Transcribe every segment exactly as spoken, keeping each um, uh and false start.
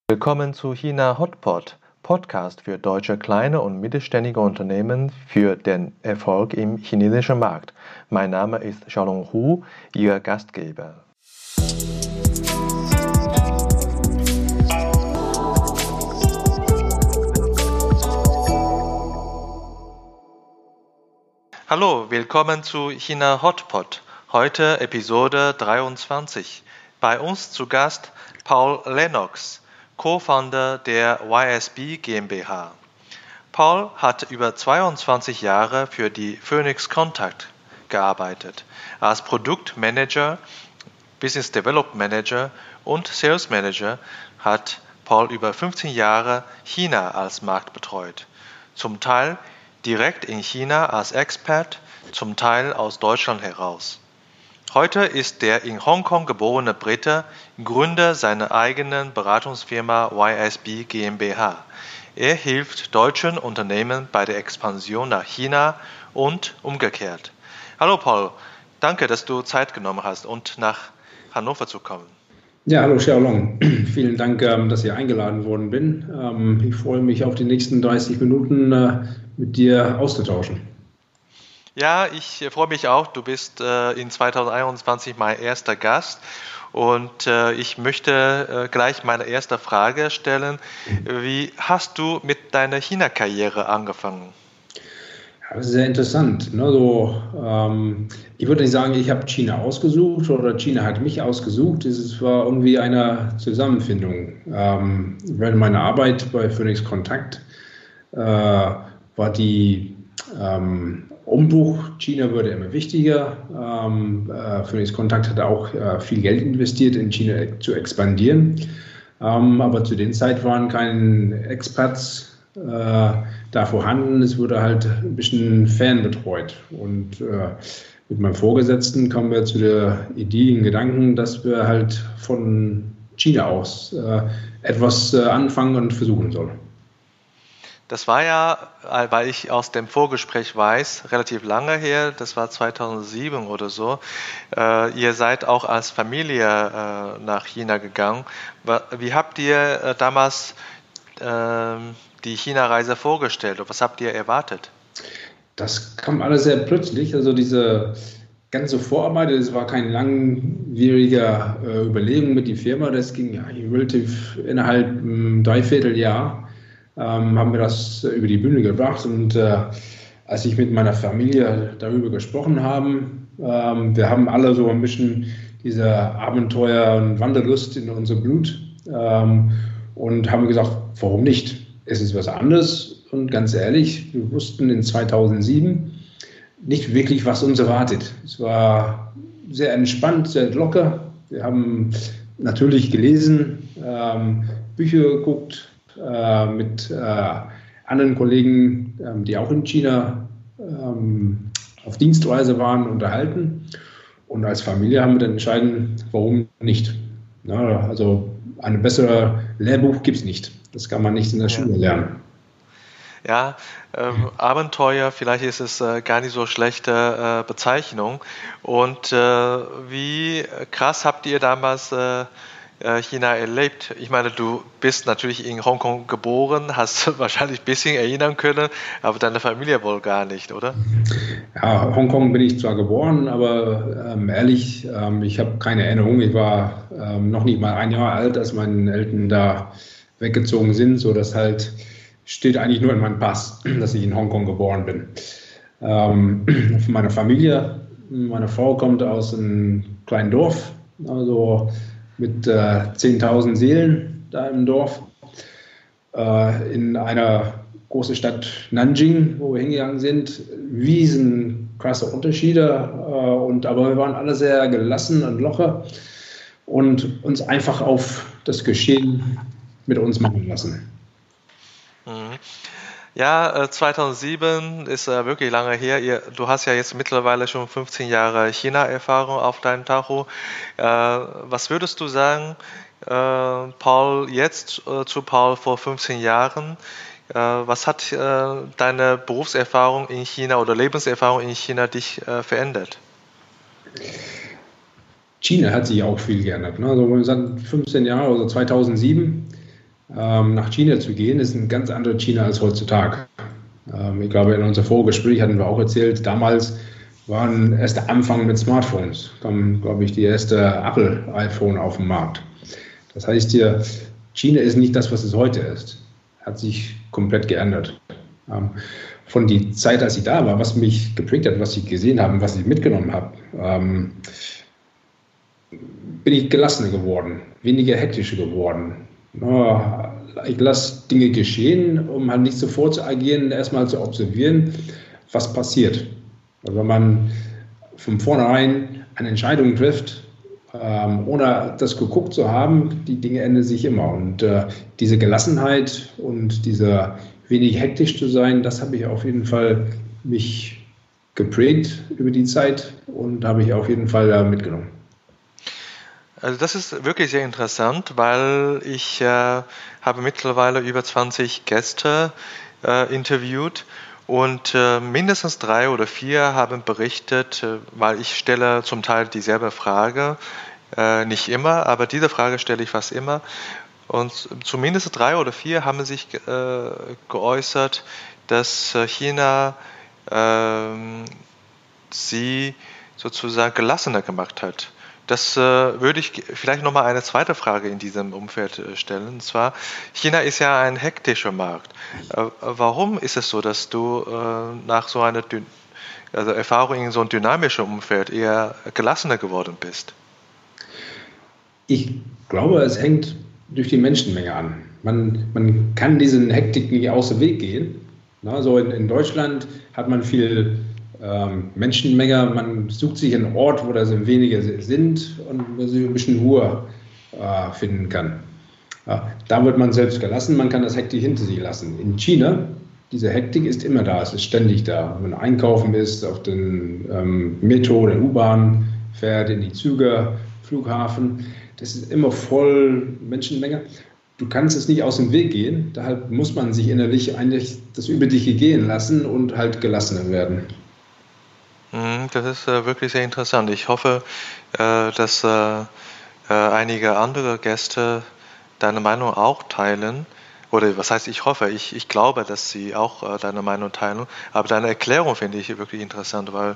Willkommen zu China Hotpot, Podcast für deutsche kleine und mittelständige Unternehmen für den Erfolg im chinesischen Markt. Mein Name ist Xiaolong Hu, Ihr Gastgeber. Hallo, willkommen zu China Hotpot. Heute Episode dreiundzwanzig. Bei uns zu Gast Paul Lennox, Co-Founder der Y S B GmbH. Paul hat über zweiundzwanzig Jahre für die Phoenix Contact gearbeitet. Als Produktmanager, Business Development Manager und Sales Manager hat Paul über fünfzehn Jahre China als Markt betreut. Zum Teil direkt in China als Expert, zum Teil aus Deutschland heraus. Heute ist der in Hongkong geborene Brite Gründer seiner eigenen Beratungsfirma Y S B GmbH. Er hilft deutschen Unternehmen bei der Expansion nach China und umgekehrt. Hallo Paul, danke, dass du Zeit genommen hast und nach Hannover zu kommen. Ja, hallo Xiaolong. Vielen Dank, dass ich eingeladen worden bin. Ich freue mich auf die nächsten dreißig Minuten mit dir auszutauschen. Ja, ich freue mich auch. Du bist äh, in zweitausendeinundzwanzig mein erster Gast und äh, ich möchte äh, gleich meine erste Frage stellen. Wie hast du mit deiner China-Karriere angefangen? Ja, das ist sehr interessant. Ne? So, ähm, ich würde nicht sagen, ich habe China ausgesucht oder China hat mich ausgesucht. Es war irgendwie eine Zusammenfindung. Ähm, während meiner Arbeit bei Phoenix Contact äh, war die ähm, Umbruch, China wurde immer wichtiger. Ähm, äh, Phoenix Contact hatte auch äh, viel Geld investiert, in China zu expandieren. Ähm, aber zu der Zeit waren keine Expats äh, da vorhanden. Es wurde halt ein bisschen fernbetreut. Und äh, mit meinem Vorgesetzten kamen wir zu der Idee, den Gedanken, dass wir halt von China aus äh, etwas äh, anfangen und versuchen sollen. Das war ja, weil ich aus dem Vorgespräch weiß, relativ lange her, das war zweitausendsieben oder so. Äh, ihr seid auch als Familie äh, nach China gegangen. Wie habt ihr äh, damals äh, die China-Reise vorgestellt und was habt ihr erwartet? Das kam alles sehr plötzlich. Also diese ganze Vorarbeit, das war keine langwierige äh, Überlegung mit der Firma. Das ging ja relativ innerhalb ein Dreivierteljahr. Ähm, haben wir das über die Bühne gebracht und äh, als ich mit meiner Familie darüber gesprochen habe, ähm, wir haben alle so ein bisschen diese Abenteuer- und Wanderlust in unser Blut ähm, und haben gesagt, warum nicht? Es ist was anderes und ganz ehrlich, wir wussten in zweitausendsieben nicht wirklich, was uns erwartet. Es war sehr entspannt, sehr locker. Wir haben natürlich gelesen, ähm, Bücher geguckt, mit äh, anderen Kollegen, ähm, die auch in China ähm, auf Dienstreise waren, unterhalten. Und als Familie haben wir dann entschieden, warum nicht. Na, also ein besseres Lehrbuch gibt es nicht. Das kann man nicht in der Ja. Schule lernen. Ja, ähm, Abenteuer, vielleicht ist es äh, gar nicht so schlechte äh, Bezeichnung. Und äh, wie krass habt ihr damals äh, China erlebt? Ich meine, du bist natürlich in Hongkong geboren, hast wahrscheinlich ein bisschen erinnern können, aber deine Familie wohl gar nicht, oder? Ja, Hongkong bin ich zwar geboren, aber ähm, ehrlich, ähm, ich habe keine Erinnerung. Ich war ähm, noch nicht mal ein Jahr alt, als meine Eltern da weggezogen sind, sodass halt steht eigentlich nur in meinem Pass, dass ich in Hongkong geboren bin. Ähm, von meiner Familie, meine Frau kommt aus einem kleinen Dorf, also mit äh, zehntausend Seelen da im Dorf, äh, in einer großen Stadt Nanjing, wo wir hingegangen sind. Riesen krasse Unterschiede, äh, und, aber wir waren alle sehr gelassen und locker und uns einfach auf das Geschehen mit uns machen lassen. Ja, zweitausendsieben ist äh, wirklich lange her. Ihr, du hast ja jetzt mittlerweile schon fünfzehn Jahre China-Erfahrung auf deinem Tacho. Äh, was würdest du sagen, äh, Paul, jetzt äh, zu Paul vor fünfzehn Jahren? Äh, was hat äh, deine Berufserfahrung in China oder Lebenserfahrung in China dich äh, verändert? China hat sich auch viel geändert. Ne? Also, wenn man sagt, fünfzehn Jahre, also zweitausendsieben, ähm, nach China zu gehen, ist ein ganz anderes China als heutzutage. Ähm, ich glaube, in unserem Vorgespräch hatten wir auch erzählt, damals waren erst der Anfang mit Smartphones, kam, glaube ich, die erste Apple-iPhone auf den Markt. Das heißt hier, China ist nicht das, was es heute ist. Hat sich komplett geändert. Ähm, von der Zeit, als ich da war, was mich geprägt hat, was ich gesehen habe, was ich mitgenommen habe, ähm, bin ich gelassener geworden, weniger hektischer geworden. Ja, ich lasse Dinge geschehen, um halt nicht sofort zu agieren, erstmal zu observieren, was passiert. Also wenn man von vornherein eine Entscheidung trifft, ähm, ohne das geguckt zu haben, die Dinge ändern sich immer. Und äh, diese Gelassenheit und dieser wenig hektisch zu sein, das habe ich auf jeden Fall mich geprägt über die Zeit und habe ich auf jeden Fall äh, mitgenommen. Also das ist wirklich sehr interessant, weil ich äh, habe mittlerweile über zwanzig Gäste äh, interviewt und äh, mindestens drei oder vier haben berichtet, äh, weil ich stelle zum Teil dieselbe Frage, äh, nicht immer, aber diese Frage stelle ich fast immer. Und zumindest drei oder vier haben sich äh, geäußert, dass China äh, sie sozusagen gelassener gemacht hat. Das äh, würde ich vielleicht nochmal eine zweite Frage in diesem Umfeld äh, stellen. Und zwar, China ist ja ein hektischer Markt. Äh, warum ist es so, dass du äh, nach so einer Dün- also Erfahrung in so einem dynamischen Umfeld eher gelassener geworden bist? Ich glaube, es hängt durch die Menschenmenge an. Man, man kann diesen Hektik nicht aus dem Weg gehen. Na, so in, in Deutschland hat man viel ähm, Menschenmenge. Man sucht sich einen Ort, wo das weniger sind und wo sich ein bisschen Ruhe äh, finden kann. Ja, da wird man selbst gelassen. Man kann das Hektik hinter sich lassen. In China, diese Hektik ist immer da. Es ist ständig da. Wenn man einkaufen ist, auf den ähm, Metro, der U-Bahn fährt, in die Züge, Flughafen. Das ist immer voll Menschenmenge. Du kannst es nicht aus dem Weg gehen. Deshalb muss man sich innerlich eigentlich das über dich gehen lassen und halt gelassener werden. Das ist äh, wirklich sehr interessant. Ich hoffe, äh, dass äh, äh, einige andere Gäste deine Meinung auch teilen. Oder was heißt, ich hoffe, ich, ich glaube, dass sie auch äh, deine Meinung teilen. Aber deine Erklärung finde ich wirklich interessant, weil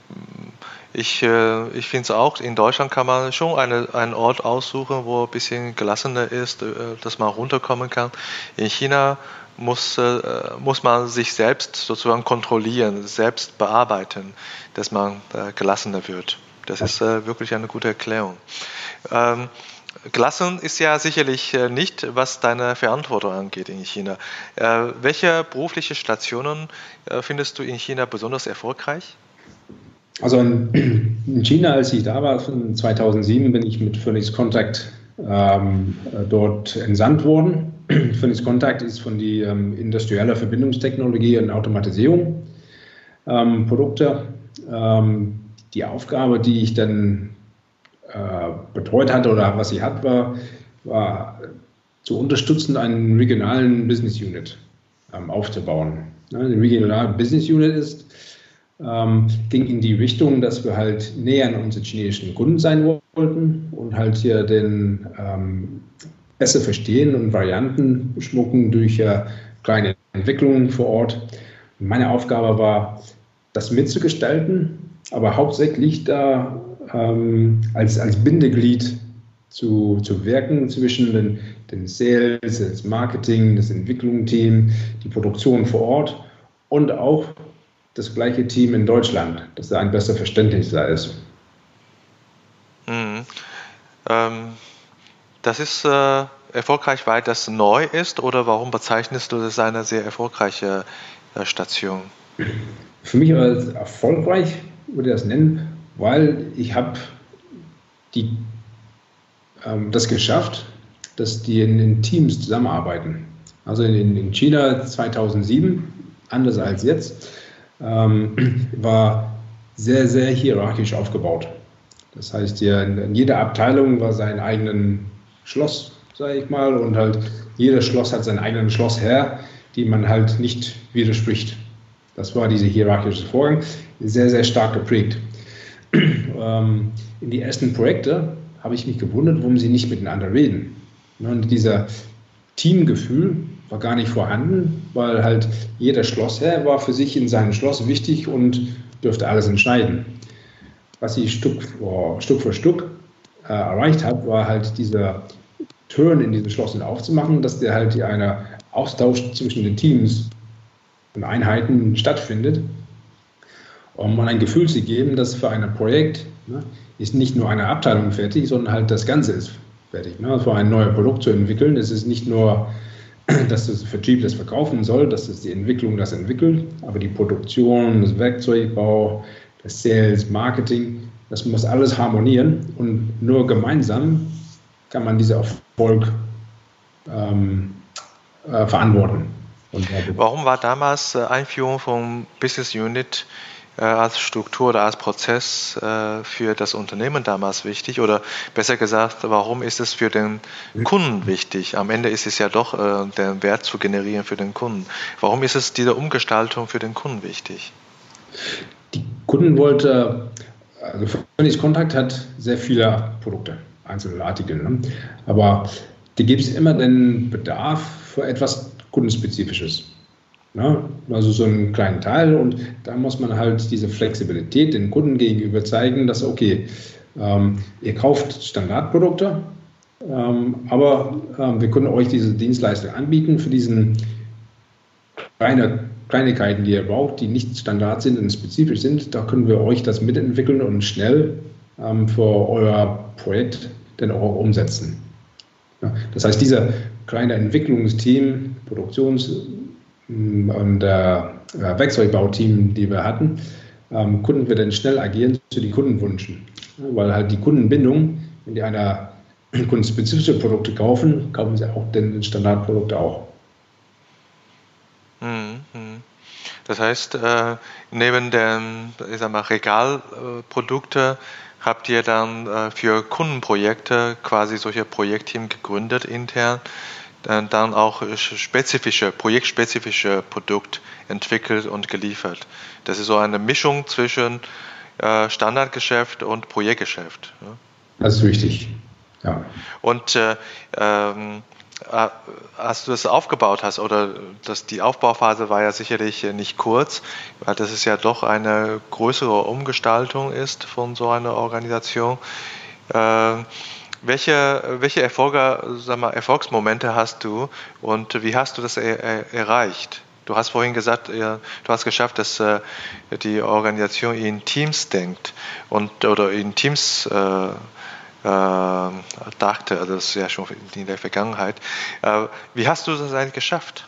ich, äh, ich finde es auch, in Deutschland kann man schon eine, einen Ort aussuchen, wo ein bisschen gelassener ist, äh, dass man runterkommen kann. In China muss, äh, muss man sich selbst sozusagen kontrollieren, selbst bearbeiten, dass man äh, gelassener wird. Das ist äh, wirklich eine gute Erklärung. Ähm, Gelassen ist ja sicherlich äh, nicht, was deine Verantwortung angeht in China. Äh, welche berufliche Stationen äh, findest du in China besonders erfolgreich? Also in, in China, als ich da war, von zweitausendsieben, bin ich mit Phoenix Contact ähm, dort entsandt worden. Phoenix Contact ist von der ähm, industrielle Verbindungstechnologie und Automatisierung ähm, Produkte. Ähm, die Aufgabe, die ich dann äh, betreut hatte oder was ich hatte, war, war zu unterstützen, einen regionalen Business Unit ähm, aufzubauen. Ja, eine regionale Business Unit ist Ähm, ging in die Richtung, dass wir halt näher an unsere chinesischen Kunden sein wollten und halt hier den ähm, besser verstehen und Varianten schmucken durch äh, kleine Entwicklungen vor Ort. Und meine Aufgabe war, das mitzugestalten, aber hauptsächlich da ähm, als, als Bindeglied zu, zu wirken zwischen den, den Sales, das Marketing, das Entwicklungsteam, die Produktion vor Ort und auch das gleiche Team in Deutschland, dass da ein besseres Verständnis da ist. Mhm. Ähm, das ist äh, erfolgreich, weil das neu ist, oder warum bezeichnest du das als eine sehr erfolgreiche äh, Station? Für mich war es erfolgreich, würde ich das nennen, weil ich habe die, ähm, das geschafft, dass die in, in Teams zusammenarbeiten. Also in, in China zweitausendsieben, anders als jetzt, Ähm, war sehr, sehr hierarchisch aufgebaut. Das heißt, hier in jeder Abteilung war sein eigenes Schloss, sage ich mal, und halt jedes Schloss hat seinen eigenen Schlossherr, die man halt nicht widerspricht. Das war dieser hierarchische Vorgang, sehr, sehr stark geprägt. Ähm, in die ersten Projekte habe ich mich gewundert, warum sie nicht miteinander reden. Und dieser Teamgefühl war gar nicht vorhanden, weil halt jeder Schlossherr war für sich in seinem Schloss wichtig und dürfte alles entscheiden. Was sie Stück, oh, Stück für Stück äh, erreicht hat, war halt dieser Turn in diesem Schloss aufzumachen, dass der halt einer Austausch zwischen den Teams und Einheiten stattfindet, um ein Gefühl zu geben, dass für ein Projekt, ne, ist nicht nur eine Abteilung fertig, sondern halt das Ganze ist fertig. Ne? Für ein neues Produkt zu entwickeln, es ist nicht nur, dass das Vertrieb das verkaufen soll, dass es die Entwicklung das entwickelt, aber die Produktion, das Werkzeugbau, das Sales, Marketing, das muss alles harmonieren und nur gemeinsam kann man diesen Erfolg ähm, äh, verantworten. Und warum war damals äh, Einführung von Business Unit äh, als Struktur oder als Prozess äh, für das Unternehmen damals wichtig? Oder besser gesagt, warum ist es für den Kunden wichtig? Am Ende ist es ja doch, äh, den Wert zu generieren für den Kunden. Warum ist es diese Umgestaltung für den Kunden wichtig? Die Kunden wollte, also Phoenix Contact hat sehr viele Produkte, einzelne Artikel, ne? Aber da gibt es immer den Bedarf für etwas Kundenspezifisches. Ne? Also so einen kleinen Teil und da muss man halt diese Flexibilität den Kunden gegenüber zeigen, dass okay, ähm, ihr kauft Standardprodukte, ähm, aber ähm, wir können euch diese Dienstleistung anbieten für diesen kleine Kleinigkeiten, die ihr braucht, die nicht Standard sind und spezifisch sind. Da können wir euch das mitentwickeln und schnell ähm, für euer Projekt dann auch umsetzen. Ja, das heißt, dieser kleine Entwicklungsteam, Produktions- und äh, Werkzeugbauteam, die wir hatten, ähm, konnten wir dann schnell agieren zu den Kundenwünschen. Ja, weil halt die Kundenbindung, wenn die einer kundenspezifische Produkte kaufen, kaufen sie auch den Standardprodukte auch. Das heißt, äh, neben den, ich sag mal, Regalprodukte habt ihr dann äh, für Kundenprojekte quasi solche Projektteams gegründet intern, dann, dann auch spezifische, projektspezifische Produkte entwickelt und geliefert. Das ist so eine Mischung zwischen äh, Standardgeschäft und Projektgeschäft. Ja? Das ist wichtig, ja. Und äh, ähm, als du das aufgebaut hast, oder das, die Aufbauphase war ja sicherlich nicht kurz, weil das ist ja doch eine größere Umgestaltung ist von so einer Organisation. Äh, welche welche Erfolge, sag mal, Erfolgsmomente hast du und wie hast du das er, er, erreicht? Du hast vorhin gesagt, ja, du hast geschafft, dass äh, die Organisation in Teams denkt und oder in Teams äh, Äh, dachte, also das ist ja schon in der Vergangenheit. Äh, wie hast du das eigentlich geschafft?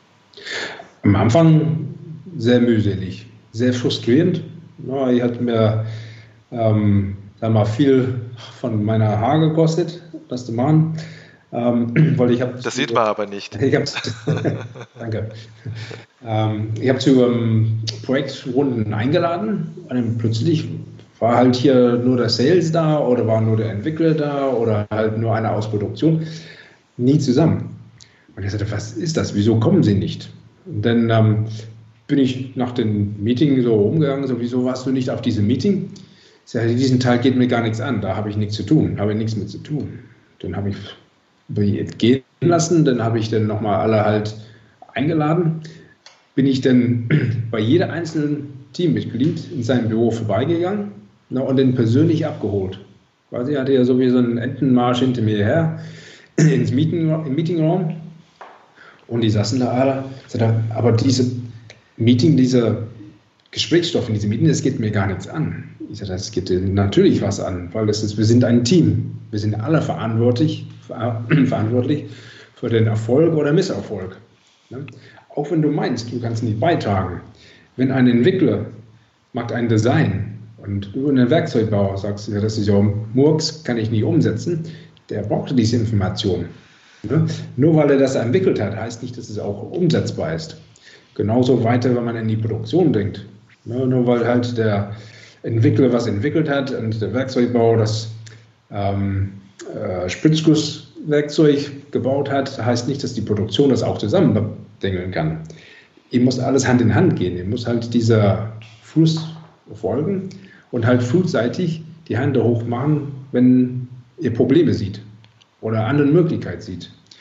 Am Anfang sehr mühselig, sehr frustrierend. Ja, ich hatte mir ähm, sag mal, viel von meiner Haar gekostet, das zu machen. Ähm, weil ich hab, das sieht man aber nicht. Ich danke. Ähm, ich habe zu ähm, Projektrunden eingeladen und dann plötzlich war halt hier nur der Sales da oder war nur der Entwickler da oder halt nur eine aus Produktion. Nie zusammen. Und ich sagte, was ist das? Wieso kommen sie nicht? Und dann ähm, bin ich nach dem Meeting so rumgegangen, so, wieso warst du nicht auf diesem Meeting? Ich sagte, diesen Teil geht mir gar nichts an, da habe ich nichts zu tun, habe ich nichts mit zu tun. Dann habe ich gehen lassen, dann habe ich dann nochmal alle halt eingeladen. Bin ich dann bei jedem einzelnen Teammitglied in seinem Büro vorbeigegangen, na, und den persönlich abgeholt. Weil sie hatte ja so wie so einen Entenmarsch hinter mir her ins Meeting, im Meetingraum und die saßen da alle. Sagte, aber diese Meeting, dieser Gesprächsstoff in diesem Meeting, das geht mir gar nichts an. Ich sagte, das geht dir natürlich was an, weil das ist, wir sind ein Team. Wir sind alle verantwortlich, ver verantwortlich für den Erfolg oder Misserfolg. Ne? Auch wenn du meinst, du kannst nicht beitragen. Wenn ein Entwickler macht ein Design und du in den Werkzeugbauer sagst, ja, das ist ja Murks, kann ich nicht umsetzen, der braucht diese Information. Ne? Nur weil er das entwickelt hat, heißt nicht, dass es auch umsetzbar ist. Genauso weiter, wenn man in die Produktion denkt. Ne? Nur weil halt der Entwickler was entwickelt hat und der Werkzeugbauer das ähm, äh, Spritzgusswerkzeug gebaut hat, heißt nicht, dass die Produktion das auch zusammendengeln kann. Ihr muss alles Hand in Hand gehen. Ihr muss halt dieser Fluss folgen und halt frühzeitig die Hände hoch machen, wenn ihr Probleme sieht oder andere Möglichkeiten sieht.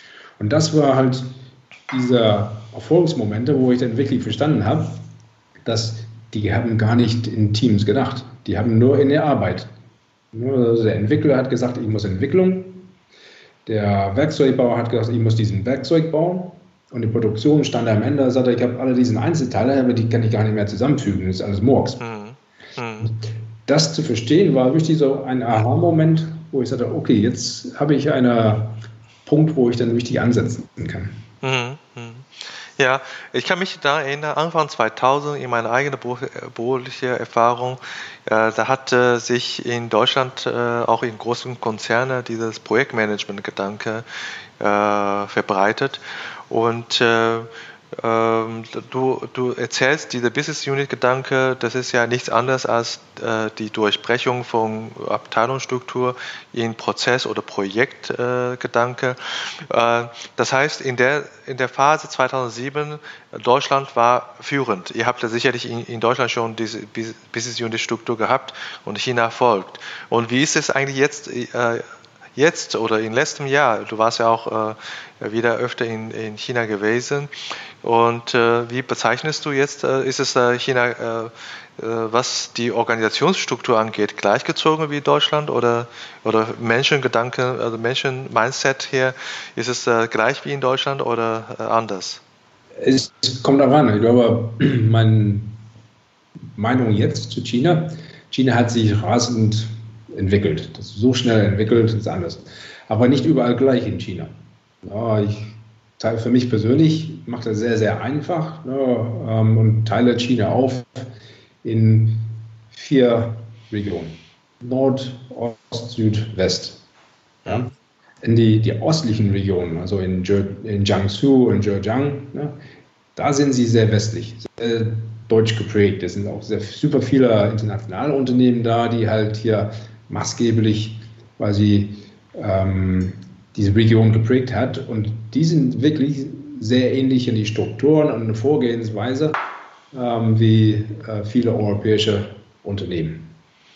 Und das war halt dieser Erfolgsmomente, wo ich dann wirklich verstanden habe, dass die haben gar nicht in Teams gedacht. Die haben nur in der Arbeit. Also der Entwickler hat gesagt, ich muss Entwicklung. Der Werkzeugbauer hat gesagt, ich muss diesen Werkzeug bauen. Und die Produktion stand am Ende, sagte, ich habe alle diese Einzelteile, aber die kann ich gar nicht mehr zusammenfügen. Das ist alles Murks. Mhm. Mhm. Das zu verstehen war wirklich so ein Aha-Moment, wo ich sagte, okay, jetzt habe ich einen Punkt, wo ich dann richtig ansetzen kann. Mhm. Ja, ich kann mich da erinnern, Anfang zweitausend in meine eigene berufliche Erfahrung, äh, da hatte sich in Deutschland äh, auch in großen Konzernen dieses Projektmanagement-Gedanke äh, verbreitet und äh, ähm, du, du erzählst, dieser Business Unit-Gedanke, das ist ja nichts anderes als äh, die Durchbrechung von Abteilungsstruktur in Prozess- oder Projektgedanke. Äh, das heißt, in der, in der Phase zweitausendsieben, Deutschland war führend. Ihr habt ja sicherlich in, in Deutschland schon diese Business Unit-Struktur gehabt und China folgt. Und wie ist es eigentlich jetzt? Äh, Jetzt oder im letzten Jahr, du warst ja auch äh, wieder öfter in, in China gewesen. Und äh, wie bezeichnest du jetzt, äh, ist es äh, China, äh, äh, was die Organisationsstruktur angeht, gleichgezogen wie Deutschland oder, oder Menschengedanken, also Menschen-Mindset hier, ist es äh, gleich wie in Deutschland oder äh, anders? Es kommt darauf an. Ich glaube, meine Meinung jetzt zu China, China hat sich rasend entwickelt. Das ist so schnell entwickelt, ist anders. Aber nicht überall gleich in China. Ja, ich teile für mich persönlich, mache das sehr, sehr einfach ja, und teile China auf in vier Regionen. Nord, Ost, Süd, West. Ja. In die, die östlichen Regionen, also in, in Jiangsu und Zhejiang, ja, da sind sie sehr westlich, sehr deutsch geprägt. Es sind auch sehr, super viele internationale Unternehmen da, die halt hier maßgeblich, weil sie ähm, diese Region geprägt hat. Und die sind wirklich sehr ähnlich in die Strukturen und eine Vorgehensweise ähm, wie äh, viele europäische Unternehmen.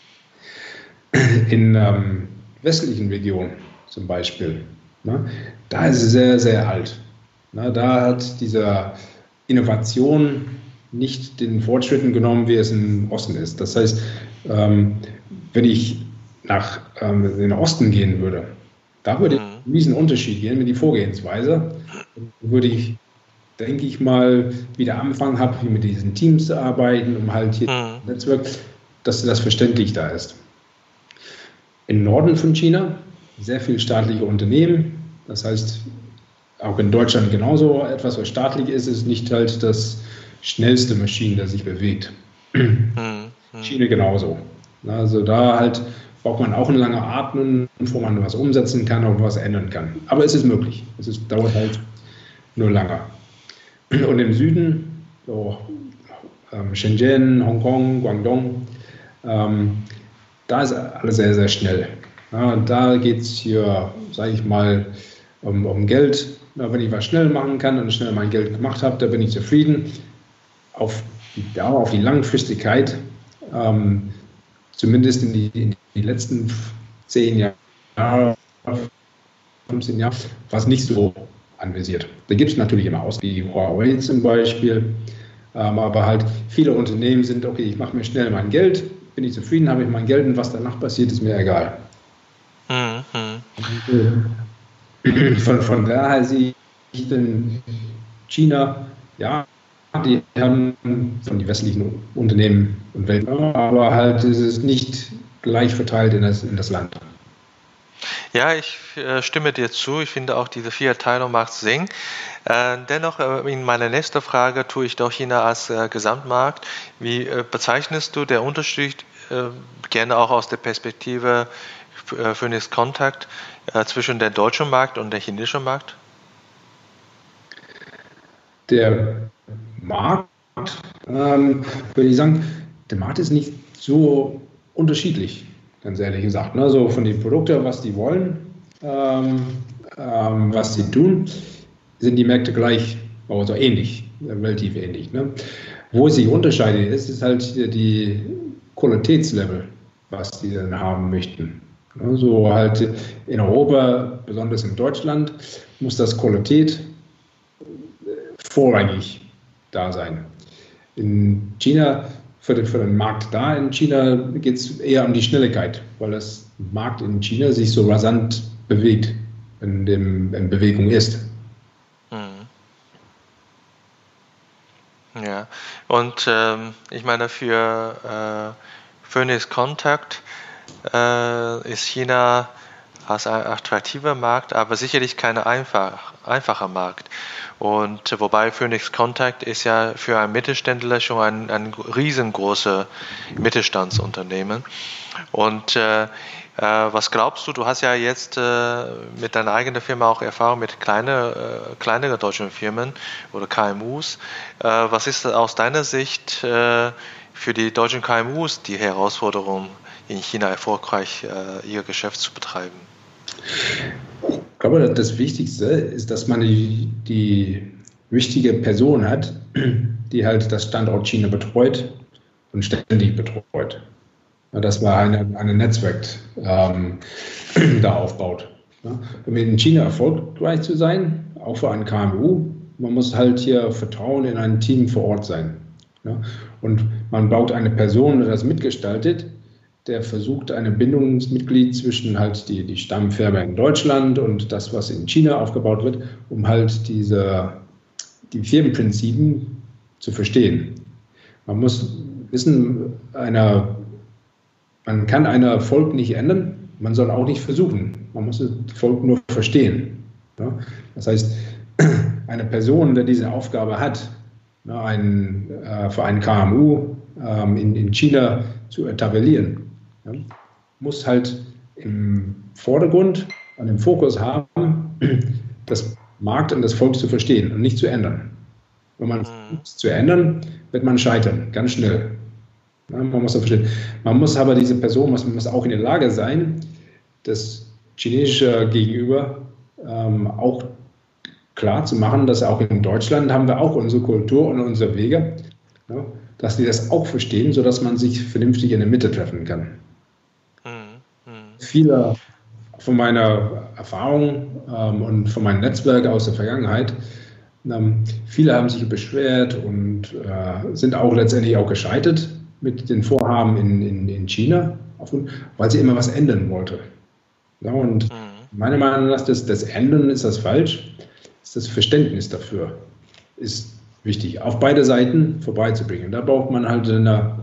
In ähm, westlichen Regionen zum Beispiel, ne, da ist es sehr, sehr alt. Na, da hat diese Innovation nicht den Fortschritten genommen, wie es im Osten ist. Das heißt, ähm, wenn ich nach ähm, in den Osten gehen würde, da würde ich einen riesen Unterschied gehen mit die Vorgehensweise. Würde ich, denke ich mal, wieder anfangen habe, mit diesen Teams zu arbeiten, um halt hier mhm. das Netzwerk, dass das verständlich da ist. Im Norden von China sehr viele staatliche Unternehmen. Das heißt, auch in Deutschland genauso etwas, was staatlich ist, ist nicht halt das schnellste Maschine, das sich bewegt. Mhm. China genauso. Also da halt braucht man auch eine lange Atmen, bevor man was umsetzen kann und was ändern kann. Aber es ist möglich. Es ist, dauert halt nur lange. Und im Süden, so ähm, Shenzhen, Hongkong, Guangdong, ähm, da ist alles sehr, sehr schnell. Ja, da geht es hier, sage ich mal, um, um Geld. Ja, wenn ich was schnell machen kann und schnell mein Geld gemacht habe, da bin ich zufrieden. Auf die Dauer, auf die Langfristigkeit, ähm, zumindest in die, in die letzten zehn Jahre, fünfzehn Jahre, war es nicht so anvisiert. Da gibt es natürlich immer aus, wie Huawei zum Beispiel, ähm, aber halt viele Unternehmen sind, okay, ich mache mir schnell mein Geld, bin ich zufrieden, habe ich mein Geld und was danach passiert, ist mir egal. Mhm. Von, von daher sehe ich in China, ja, die haben von den westlichen Unternehmen und Welt, aber halt ist es nicht gleich verteilt in das, in das Land. Ja, ich äh, stimme dir zu. Ich finde auch diese Vierteilung macht Sinn. Äh, dennoch, äh, in meiner nächsten Frage tue ich doch China als äh, Gesamtmarkt. Wie äh, bezeichnest du den Unterschied, äh, gerne auch aus der Perspektive äh, Phoenix Contact, äh, zwischen dem deutschen Markt und dem chinesischen Markt? Der Markt, ähm, würde ich sagen, der Markt ist nicht so unterschiedlich, ganz ehrlich gesagt. Ne? So von den Produkten, was die wollen, ähm, ähm, was sie tun, sind die Märkte gleich, also ähnlich, relativ ähnlich. Ne? Wo es sich unterscheidet, ist, ist halt die Qualitätslevel, was die dann haben möchten. So halt in Europa, besonders in Deutschland, muss das Qualität vorrangig da sein. In China, für den, für den Markt da in China geht es eher um die Schnelligkeit, weil das Markt in China sich so rasant bewegt, in, dem, in Bewegung ist. Ja, und ähm, ich meine, für äh, Phoenix Contact äh, ist China als ein attraktiver Markt, aber sicherlich kein einfach, einfacher Markt. Und äh, wobei Phoenix Contact ist ja für einen Mittelständler schon ein, ein riesengroßes Mittelstandsunternehmen. Und äh, äh, was glaubst du, du hast ja jetzt äh, mit deiner eigenen Firma auch Erfahrung mit kleine, äh, kleineren deutschen Firmen oder K M Us. Äh, was ist aus deiner Sicht äh, für die deutschen K M Us die Herausforderung, in China erfolgreich äh, ihr Geschäft zu betreiben? Ich glaube, das Wichtigste ist, dass man die, die wichtige Person hat, die halt das Standort China betreut und ständig betreut. Dass man eine, eine Netzwerk ähm, da aufbaut. Ja. Um in China erfolgreich zu sein, auch für einen K M U, man muss halt hier Vertrauen in ein Team vor Ort sein. Ja. Und man baut eine Person, die das mitgestaltet, der versucht, ein Bindungsmitglied zwischen halt die, die Stammfirma in Deutschland und das, was in China aufgebaut wird, um halt diese, die Firmenprinzipien zu verstehen. Man muss wissen, einer Man kann einen Erfolg nicht ändern, man soll auch nicht versuchen. Man muss den Erfolg nur verstehen. Ja? Das heißt, eine Person, die diese Aufgabe hat, ein, äh, für einen K M U ähm, in, in China zu etablieren, ja, muss halt im Vordergrund und im Fokus haben, das Markt und das Volk zu verstehen und nicht zu ändern. Wenn man es zu ändern, wird man scheitern, ganz schnell. Ja, man muss das verstehen. Man muss aber diese Person, man muss auch in der Lage sein, das chinesische Gegenüber ähm, auch klar zu machen, dass auch in Deutschland haben wir auch unsere Kultur und unsere Wege, ja, dass die das auch verstehen, sodass man sich vernünftig in der Mitte treffen kann. Mhm. Viele von meiner Erfahrung ähm, und von meinem Netzwerk aus der Vergangenheit, ähm, viele haben sich beschwert und äh, sind auch letztendlich auch gescheitert mit den Vorhaben in, in, in China, weil sie immer was ändern wollte. Ja, und mhm. meiner Meinung nach, das, das Ändern ist das falsch, ist das Verständnis dafür, ist wichtig, auf beide Seiten vorbeizubringen. Da braucht man halt eine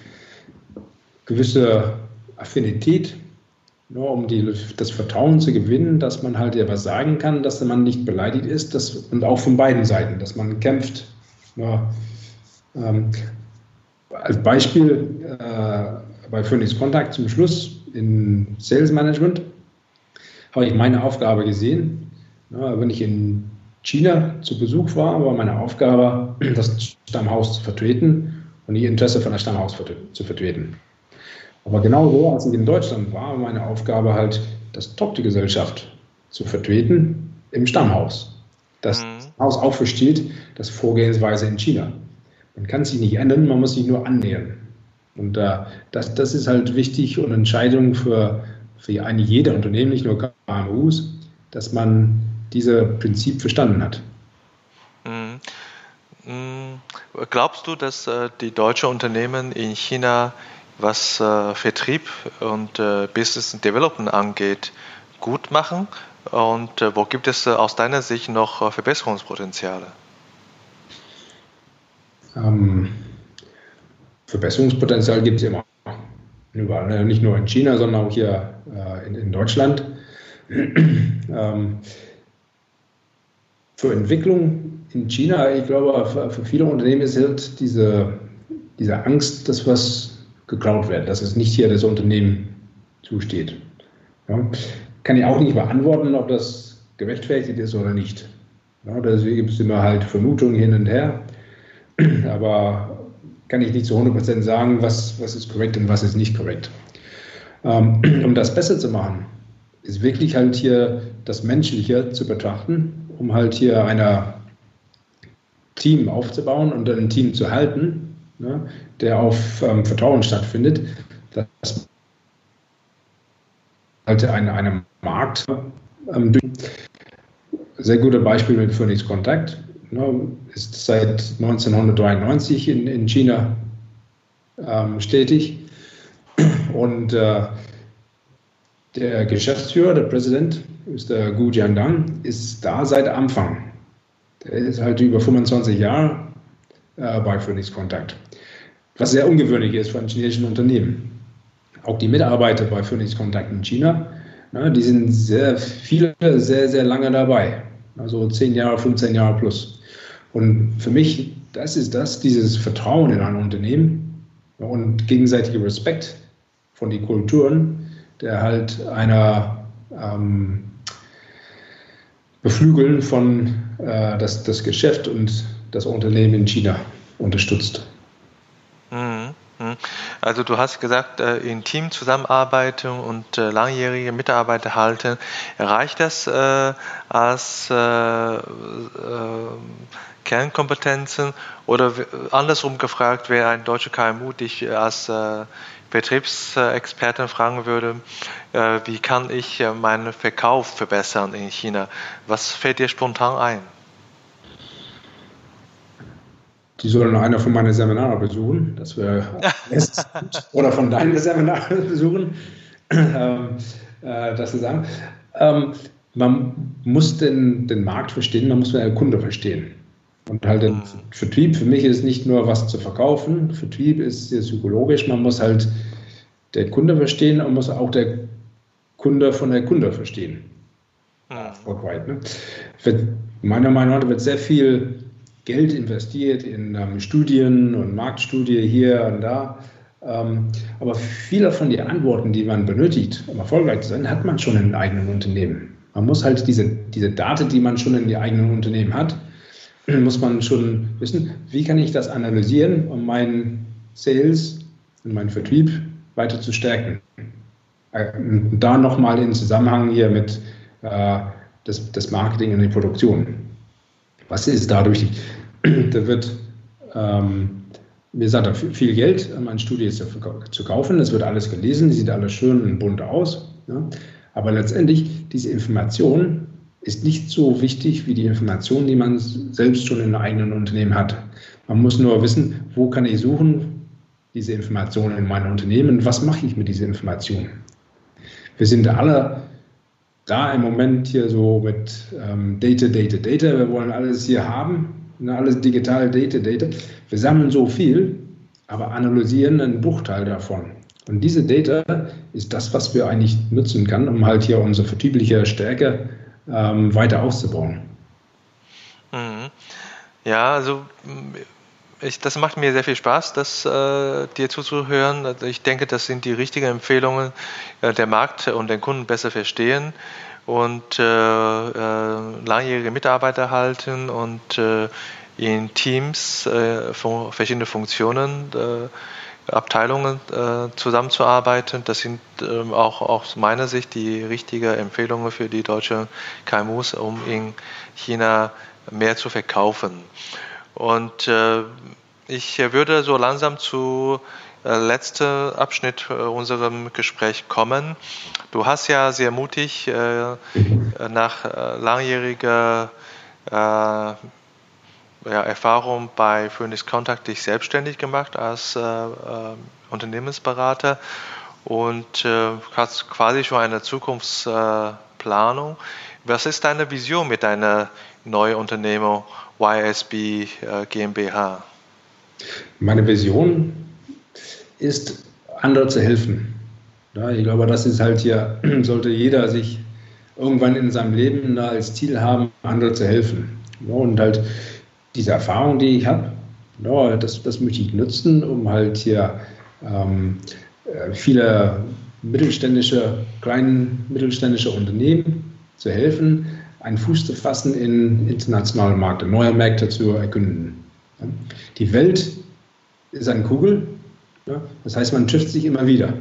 gewisse Affinität, ja, um die, das Vertrauen zu gewinnen, dass man halt ja was sagen kann, dass man nicht beleidigt ist, dass, und auch von beiden Seiten, dass man kämpft. Ja, ähm, Als Beispiel äh, bei Phoenix Contact zum Schluss in Sales Management habe ich meine Aufgabe gesehen. Ja, wenn ich in China zu Besuch war, war meine Aufgabe, das Stammhaus zu vertreten und die Interesse von der Stammhaus zu vertreten. Aber genauso, als ich in Deutschland war, war meine Aufgabe halt, das Tochtergesellschaft zu vertreten im Stammhaus. Das mhm. Haus auch versteht, das Vorgehensweise in China. Man kann sich nicht ändern, man muss sich nur annähern. Und äh, das, das ist halt wichtig und Entscheidung für, für eigentlich jede Unternehmen, nicht nur K M Us, dass man dieses Prinzip verstanden hat. Glaubst du, dass äh, die deutschen Unternehmen in China, was äh, Vertrieb und äh, Business Development angeht, gut machen? Und äh, wo gibt es äh, aus deiner Sicht noch äh, Verbesserungspotenziale? Ähm, Verbesserungspotenzial gibt es immer. Überall, nicht nur in China, sondern auch hier äh, in, in Deutschland. ähm, für Entwicklung in China, ich glaube, für, für viele Unternehmen ist halt diese, diese Angst, dass was geklaut wird, dass es nicht hier das Unternehmen zusteht. Ja, kann ich auch nicht beantworten, ob das gerechtfertigt ist oder nicht. Ja, deswegen gibt es immer halt Vermutungen hin und her. Aber kann ich nicht zu hundert Prozent sagen, was, was ist korrekt und was ist nicht korrekt. Ähm, um das besser zu machen, ist wirklich halt hier das Menschliche zu betrachten, um halt hier ein Team aufzubauen und ein Team zu halten, ne, der auf ähm, Vertrauen stattfindet, dass halt eine, eine Markt. Ähm, sehr gutes Beispiel mit Phoenix Contact. Ne, ist seit neunzehnhundertdreiundneunzig in, in China ähm, stetig. Und äh, der Geschäftsführer, der Präsident, ist der Gu Jiandang, ist da seit Anfang. Der ist halt über fünfundzwanzig Jahre äh, bei Phoenix Contact. Was sehr ungewöhnlich ist für ein chinesischen Unternehmen. Auch die Mitarbeiter bei Phoenix Contact in China, ne, die sind sehr viele, sehr, sehr lange dabei. Also zehn Jahre, fünfzehn Jahre plus. Und für mich, das ist das, dieses Vertrauen in ein Unternehmen und gegenseitiger Respekt von den Kulturen, der halt einer ähm, Beflügeln von äh, das, das Geschäft und das Unternehmen in China unterstützt. Also du hast gesagt, in Team zusammenarbeiten und langjährige Mitarbeiter halten. Reicht das äh, als äh, äh, Kernkompetenzen? Oder andersrum gefragt, wer ein deutscher K M U dich als äh, Betriebsexpertin fragen würde, äh, wie kann ich äh, meinen Verkauf verbessern in China? Was fällt dir spontan ein? Die sollen einer von meinen Seminaren besuchen, das wäre oder von deinen Seminaren besuchen, ähm, äh, das zu sagen. Ähm, man muss den, den Markt verstehen, man muss den Kunde verstehen. Und halt den Vertrieb, für mich ist nicht nur was zu verkaufen, Vertrieb ist sehr psychologisch, man muss halt den Kunde verstehen und muss auch der Kunde von der Kunde verstehen. Worldwide, ne? Wird, meiner Meinung nach wird sehr viel Geld investiert in ähm, Studien und Marktstudie hier und da. Ähm, aber viele von den Antworten, die man benötigt, um erfolgreich zu sein, hat man schon in einem eigenen Unternehmen. Man muss halt diese, diese Daten, die man schon in den eigenen Unternehmen hat, muss man schon wissen, wie kann ich das analysieren, um meinen Sales und meinen Vertrieb weiter zu stärken. Und da nochmal in Zusammenhang hier mit äh, das, das Marketing und die Produktion. Was ist dadurch? Da wird, ähm, wie gesagt, viel Geld, um eine Studie zu, zu kaufen. Es wird alles gelesen, sieht alles schön und bunt aus. Ja? Aber letztendlich, diese Information ist nicht so wichtig wie die Information, die man selbst schon in einem eigenen Unternehmen hat. Man muss nur wissen, wo kann ich suchen, diese Informationen in meinem Unternehmen, was mache ich mit dieser Information. Wir sind alle da im Moment hier so mit ähm, Data, Data, Data. Wir wollen alles hier haben, ne, alles digital, Data, Data. Wir sammeln so viel, aber analysieren einen Bruchteil davon. Und diese Data ist das, was wir eigentlich nutzen können, um halt hier unsere vertriebliche Stärke ähm, weiter auszubauen. Mhm. Ja, also ich, das macht mir sehr viel Spaß, das äh, dir zuzuhören. Also ich denke, das sind die richtigen Empfehlungen, äh, der Markt und den Kunden besser verstehen und äh, äh, langjährige Mitarbeiter halten und äh, in Teams äh, von verschiedene Funktionen, äh, Abteilungen äh, zusammenzuarbeiten. Das sind äh, auch aus meiner Sicht die richtigen Empfehlungen für die deutschen K M Us, um in China mehr zu verkaufen. Und äh, ich würde so langsam zu äh, letzten Abschnitt äh, unserem Gespräch kommen. Du hast ja sehr mutig äh, nach äh, langjähriger äh, ja, Erfahrung bei Phoenix Contact dich selbstständig gemacht als äh, äh, Unternehmensberater und äh, hast quasi schon eine Zukunftsplanung. Was ist deine Vision mit deiner neuen Unternehmung Y S B äh, GmbH? Meine Vision ist, anderen zu helfen. Ja, ich glaube, das ist halt hier, sollte jeder sich irgendwann in seinem Leben da als Ziel haben, anderen zu helfen. Ja, und halt diese Erfahrung, die ich habe, ja, das, das möchte ich nutzen, um halt hier ähm, viele mittelständische, kleinen mittelständische Unternehmen zu helfen, einen Fuß zu fassen in internationalen Märkte, neue Märkte zu erkunden. Die Welt ist eine Kugel, ja, das heißt, man trifft sich immer wieder.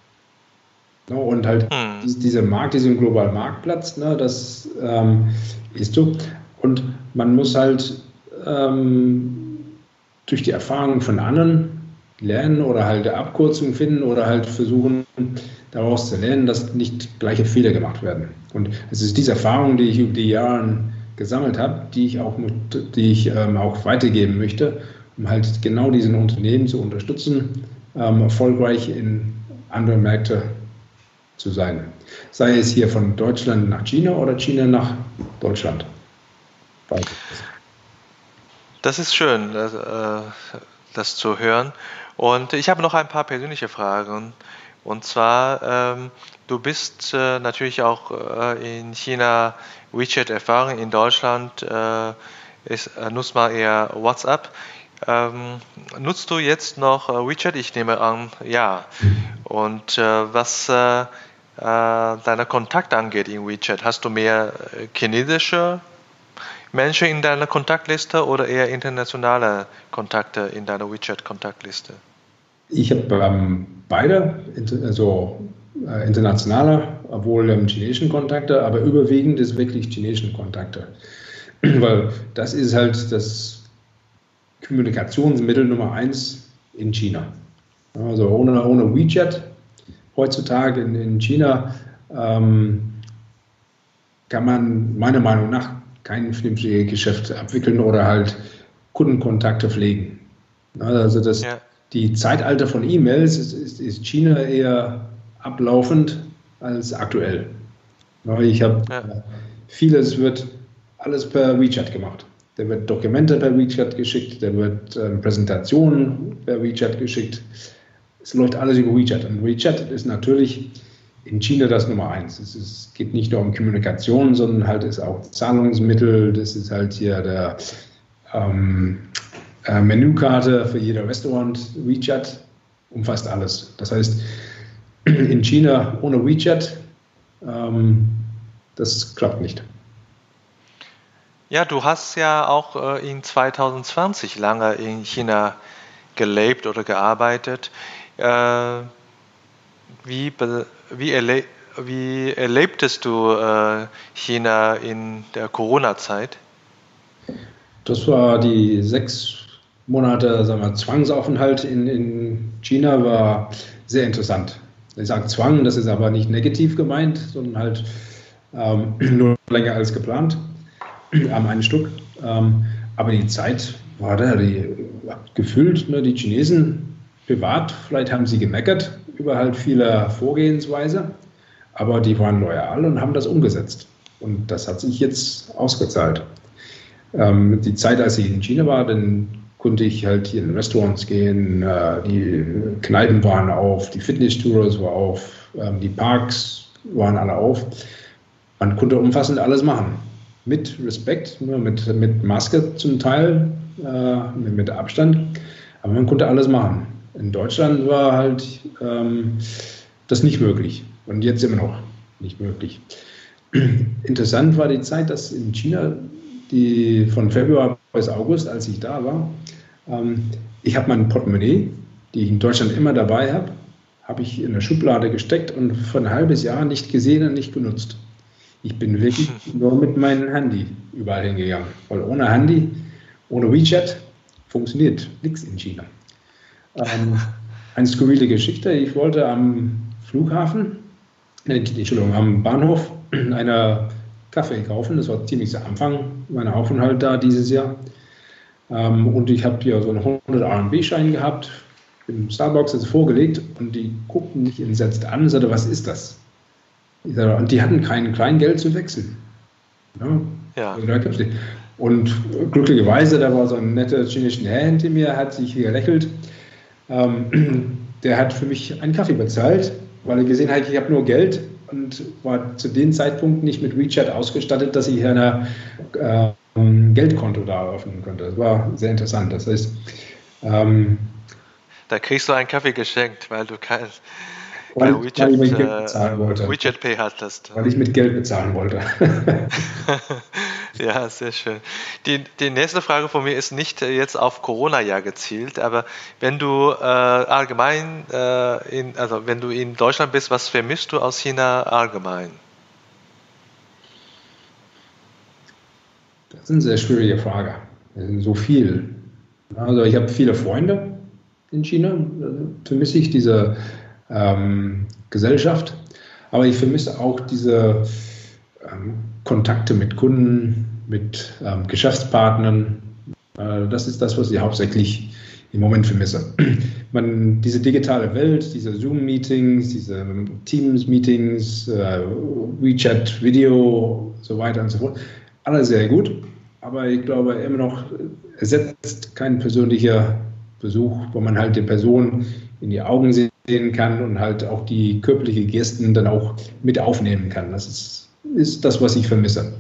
Ja, und halt hm. dieser Markt, diesen globalen Marktplatz, ne, das ähm, ist so. Und man muss halt ähm, durch die Erfahrungen von anderen lernen oder halt eine Abkürzung finden oder halt versuchen, daraus zu lernen, dass nicht gleiche Fehler gemacht werden. Und es ist diese Erfahrung, die ich über die Jahre gesammelt habe, die ich auch, mit, die ich ähm, auch weitergeben möchte, um halt genau diesen Unternehmen zu unterstützen, ähm, erfolgreich in andere Märkte zu sein. Sei es hier von Deutschland nach China oder China nach Deutschland. Das ist schön, das, äh, das zu hören. Und ich habe noch ein paar persönliche Fragen. Und zwar, ähm, du bist äh, natürlich auch äh, in China WeChat erfahren, in Deutschland äh, ist, äh, nutzt man eher WhatsApp. Ähm, nutzt du jetzt noch äh, WeChat? Ich nehme an, ja. Und äh, was äh, äh, deine Kontakte angeht in WeChat, hast du mehr äh, chinesische Menschen in deiner Kontaktliste oder eher internationale Kontakte in deiner WeChat-Kontaktliste? Ich habe ähm, beide, also äh, internationale, obwohl ähm, chinesischen Kontakte, aber überwiegend ist wirklich chinesischen Kontakte. Weil das ist halt das Kommunikationsmittel Nummer eins in China. Also ohne, ohne WeChat heutzutage in, in China ähm, kann man meiner Meinung nach kein vernünftiges Geschäft abwickeln oder halt Kundenkontakte pflegen. Also das, ja. Die Zeitalter von E-Mails ist, ist, ist China eher ablaufend als aktuell. Ich habe ja. vieles wird alles per WeChat gemacht. Da wird Dokumente per WeChat geschickt, da wird äh, Präsentationen per WeChat geschickt. Es läuft alles über WeChat. Und WeChat ist natürlich in China das Nummer eins. Es, ist, es geht nicht nur um Kommunikation, sondern halt ist auch Zahlungsmittel. Das ist halt hier der ähm, äh, Menükarte für jeder Restaurant. WeChat umfasst alles. Das heißt, in China ohne WeChat, ähm, das klappt nicht. Ja, du hast ja auch äh, in zwanzig zwanzig lange in China gelebt oder gearbeitet. Äh, wie, wie, erle wie erlebtest du äh, China in der Corona-Zeit? Das war die sechs Monate, sagen wir, Zwangsaufenthalt in, in China, war sehr interessant. Ich sage Zwang, das ist aber nicht negativ gemeint, sondern halt ähm, nur länger als geplant, am einen Stück. Ähm, aber die Zeit war da, die gefüllt, ne, die Chinesen privat, vielleicht haben sie gemeckert über halt viele Vorgehensweise, aber die waren loyal und haben das umgesetzt. Und das hat sich jetzt ausgezahlt. Ähm, die Zeit, als ich in China war, dann konnte ich halt hier in Restaurants gehen, äh, die Kneipen waren auf, die Fitnesstours waren auf, ähm, die Parks waren alle auf. Man konnte umfassend alles machen. Mit Respekt, nur mit, mit Maske zum Teil, äh, mit, mit Abstand, aber man konnte alles machen. In Deutschland war halt ähm, das nicht möglich und jetzt immer noch nicht möglich. Interessant war die Zeit, dass in China die von Februar bis August, als ich da war, ähm, ich habe mein Portemonnaie, die ich in Deutschland immer dabei habe, habe ich in der Schublade gesteckt und für ein halbes Jahr nicht gesehen und nicht genutzt. Ich bin wirklich nur mit meinem Handy überall hingegangen, weil ohne Handy, ohne WeChat funktioniert nichts in China. Ähm, eine skurrile Geschichte, ich wollte am Flughafen, äh, Entschuldigung, am Bahnhof einer Kaffee kaufen. Das war ziemlich am Anfang meiner Aufenthalt da dieses Jahr. Ähm, und ich habe hier so einen hundert R M B-Schein gehabt, im Starbucks jetzt vorgelegt und die guckten mich entsetzt an und sagten, was ist das? Ich sage, und die hatten kein Kleingeld zu wechseln. Ja. Ja. Und glücklicherweise, da war so ein netter chinesischer Herr hinter mir, hat sich gelächelt. Ähm, der hat für mich einen Kaffee bezahlt, weil er gesehen hat, ich habe nur Geld und war zu dem Zeitpunkt nicht mit WeChat ausgestattet, dass ich ein äh, Geldkonto da eröffnen könnte. Das war sehr interessant. Das heißt, ähm, da kriegst du einen Kaffee geschenkt, weil du kein, weil, kein WeChat, weil ich mit Geld bezahlen äh, wollte. WeChat Pay hattest. Weil ich mit Geld bezahlen wollte. Ja, sehr schön. Die, die nächste Frage von mir ist nicht jetzt auf Corona-Jahr gezielt, aber wenn du äh, allgemein, äh, in, also wenn du in Deutschland bist, was vermisst du aus China allgemein? Das ist eine sehr schwierige Frage. So viel. Also ich habe viele Freunde, in China. Vermisse ich diese ähm, Gesellschaft. Aber ich vermisse auch diese ähm, Kontakte mit Kunden, mit ähm, Geschäftspartnern. Äh, das ist das, was ich hauptsächlich im Moment vermisse. Man, diese digitale Welt, diese Zoom-Meetings, diese Teams-Meetings, äh, WeChat-Video, so weiter und so fort, alles sehr gut. Aber ich glaube immer noch, ersetzt kein persönlicher Besuch, wo man halt die Person in die Augen sehen kann und halt auch die körperlichen Gesten dann auch mit aufnehmen kann. Das ist, ist das, was ich vermisse.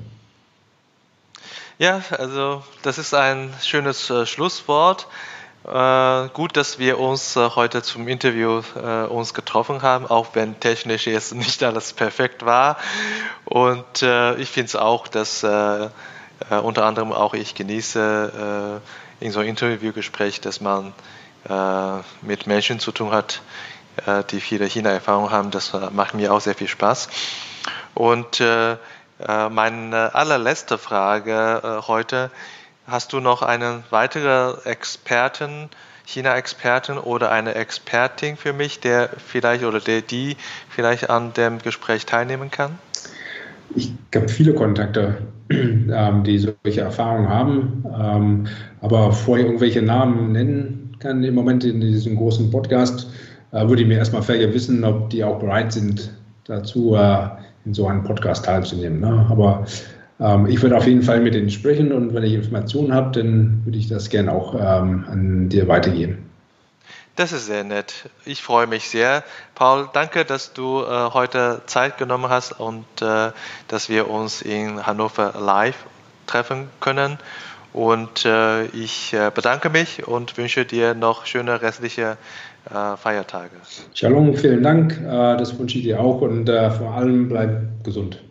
Ja, also das ist ein schönes äh, Schlusswort. Äh, gut, dass wir uns äh, heute zum Interview äh, uns getroffen haben, auch wenn technisch jetzt nicht alles perfekt war. Und äh, ich finde es auch, dass äh, äh, unter anderem auch ich genieße äh, in so einem Interviewgespräch, dass man äh, mit Menschen zu tun hat, äh, die viele China-Erfahrung haben. Das äh, macht mir auch sehr viel Spaß. Und äh, äh, meine allerletzte Frage äh, heute: Hast du noch einen weiteren Experten, China-Experten oder eine Expertin für mich, der vielleicht oder der die vielleicht an dem Gespräch teilnehmen kann? Ich habe viele Kontakte, ähm, die solche Erfahrungen haben, ähm, aber vorher irgendwelche Namen nennen kann im Moment in diesem großen Podcast, äh, würde ich mir erstmal vergewissern, ob die auch bereit sind, dazu äh, in so einem Podcast teilzunehmen. Ne? Aber ähm, ich würde auf jeden Fall mit denen sprechen und wenn ich Informationen habe, dann würde ich das gerne auch ähm, an dir weitergeben. Das ist sehr nett. Ich freue mich sehr. Paul, danke, dass du äh, heute Zeit genommen hast und äh, dass wir uns in Hannover live treffen können. Und äh, ich äh, bedanke mich und wünsche dir noch schöne restliche äh, Feiertage. Shalom, vielen Dank. Äh, das wünsche ich dir auch und äh, vor allem bleib gesund.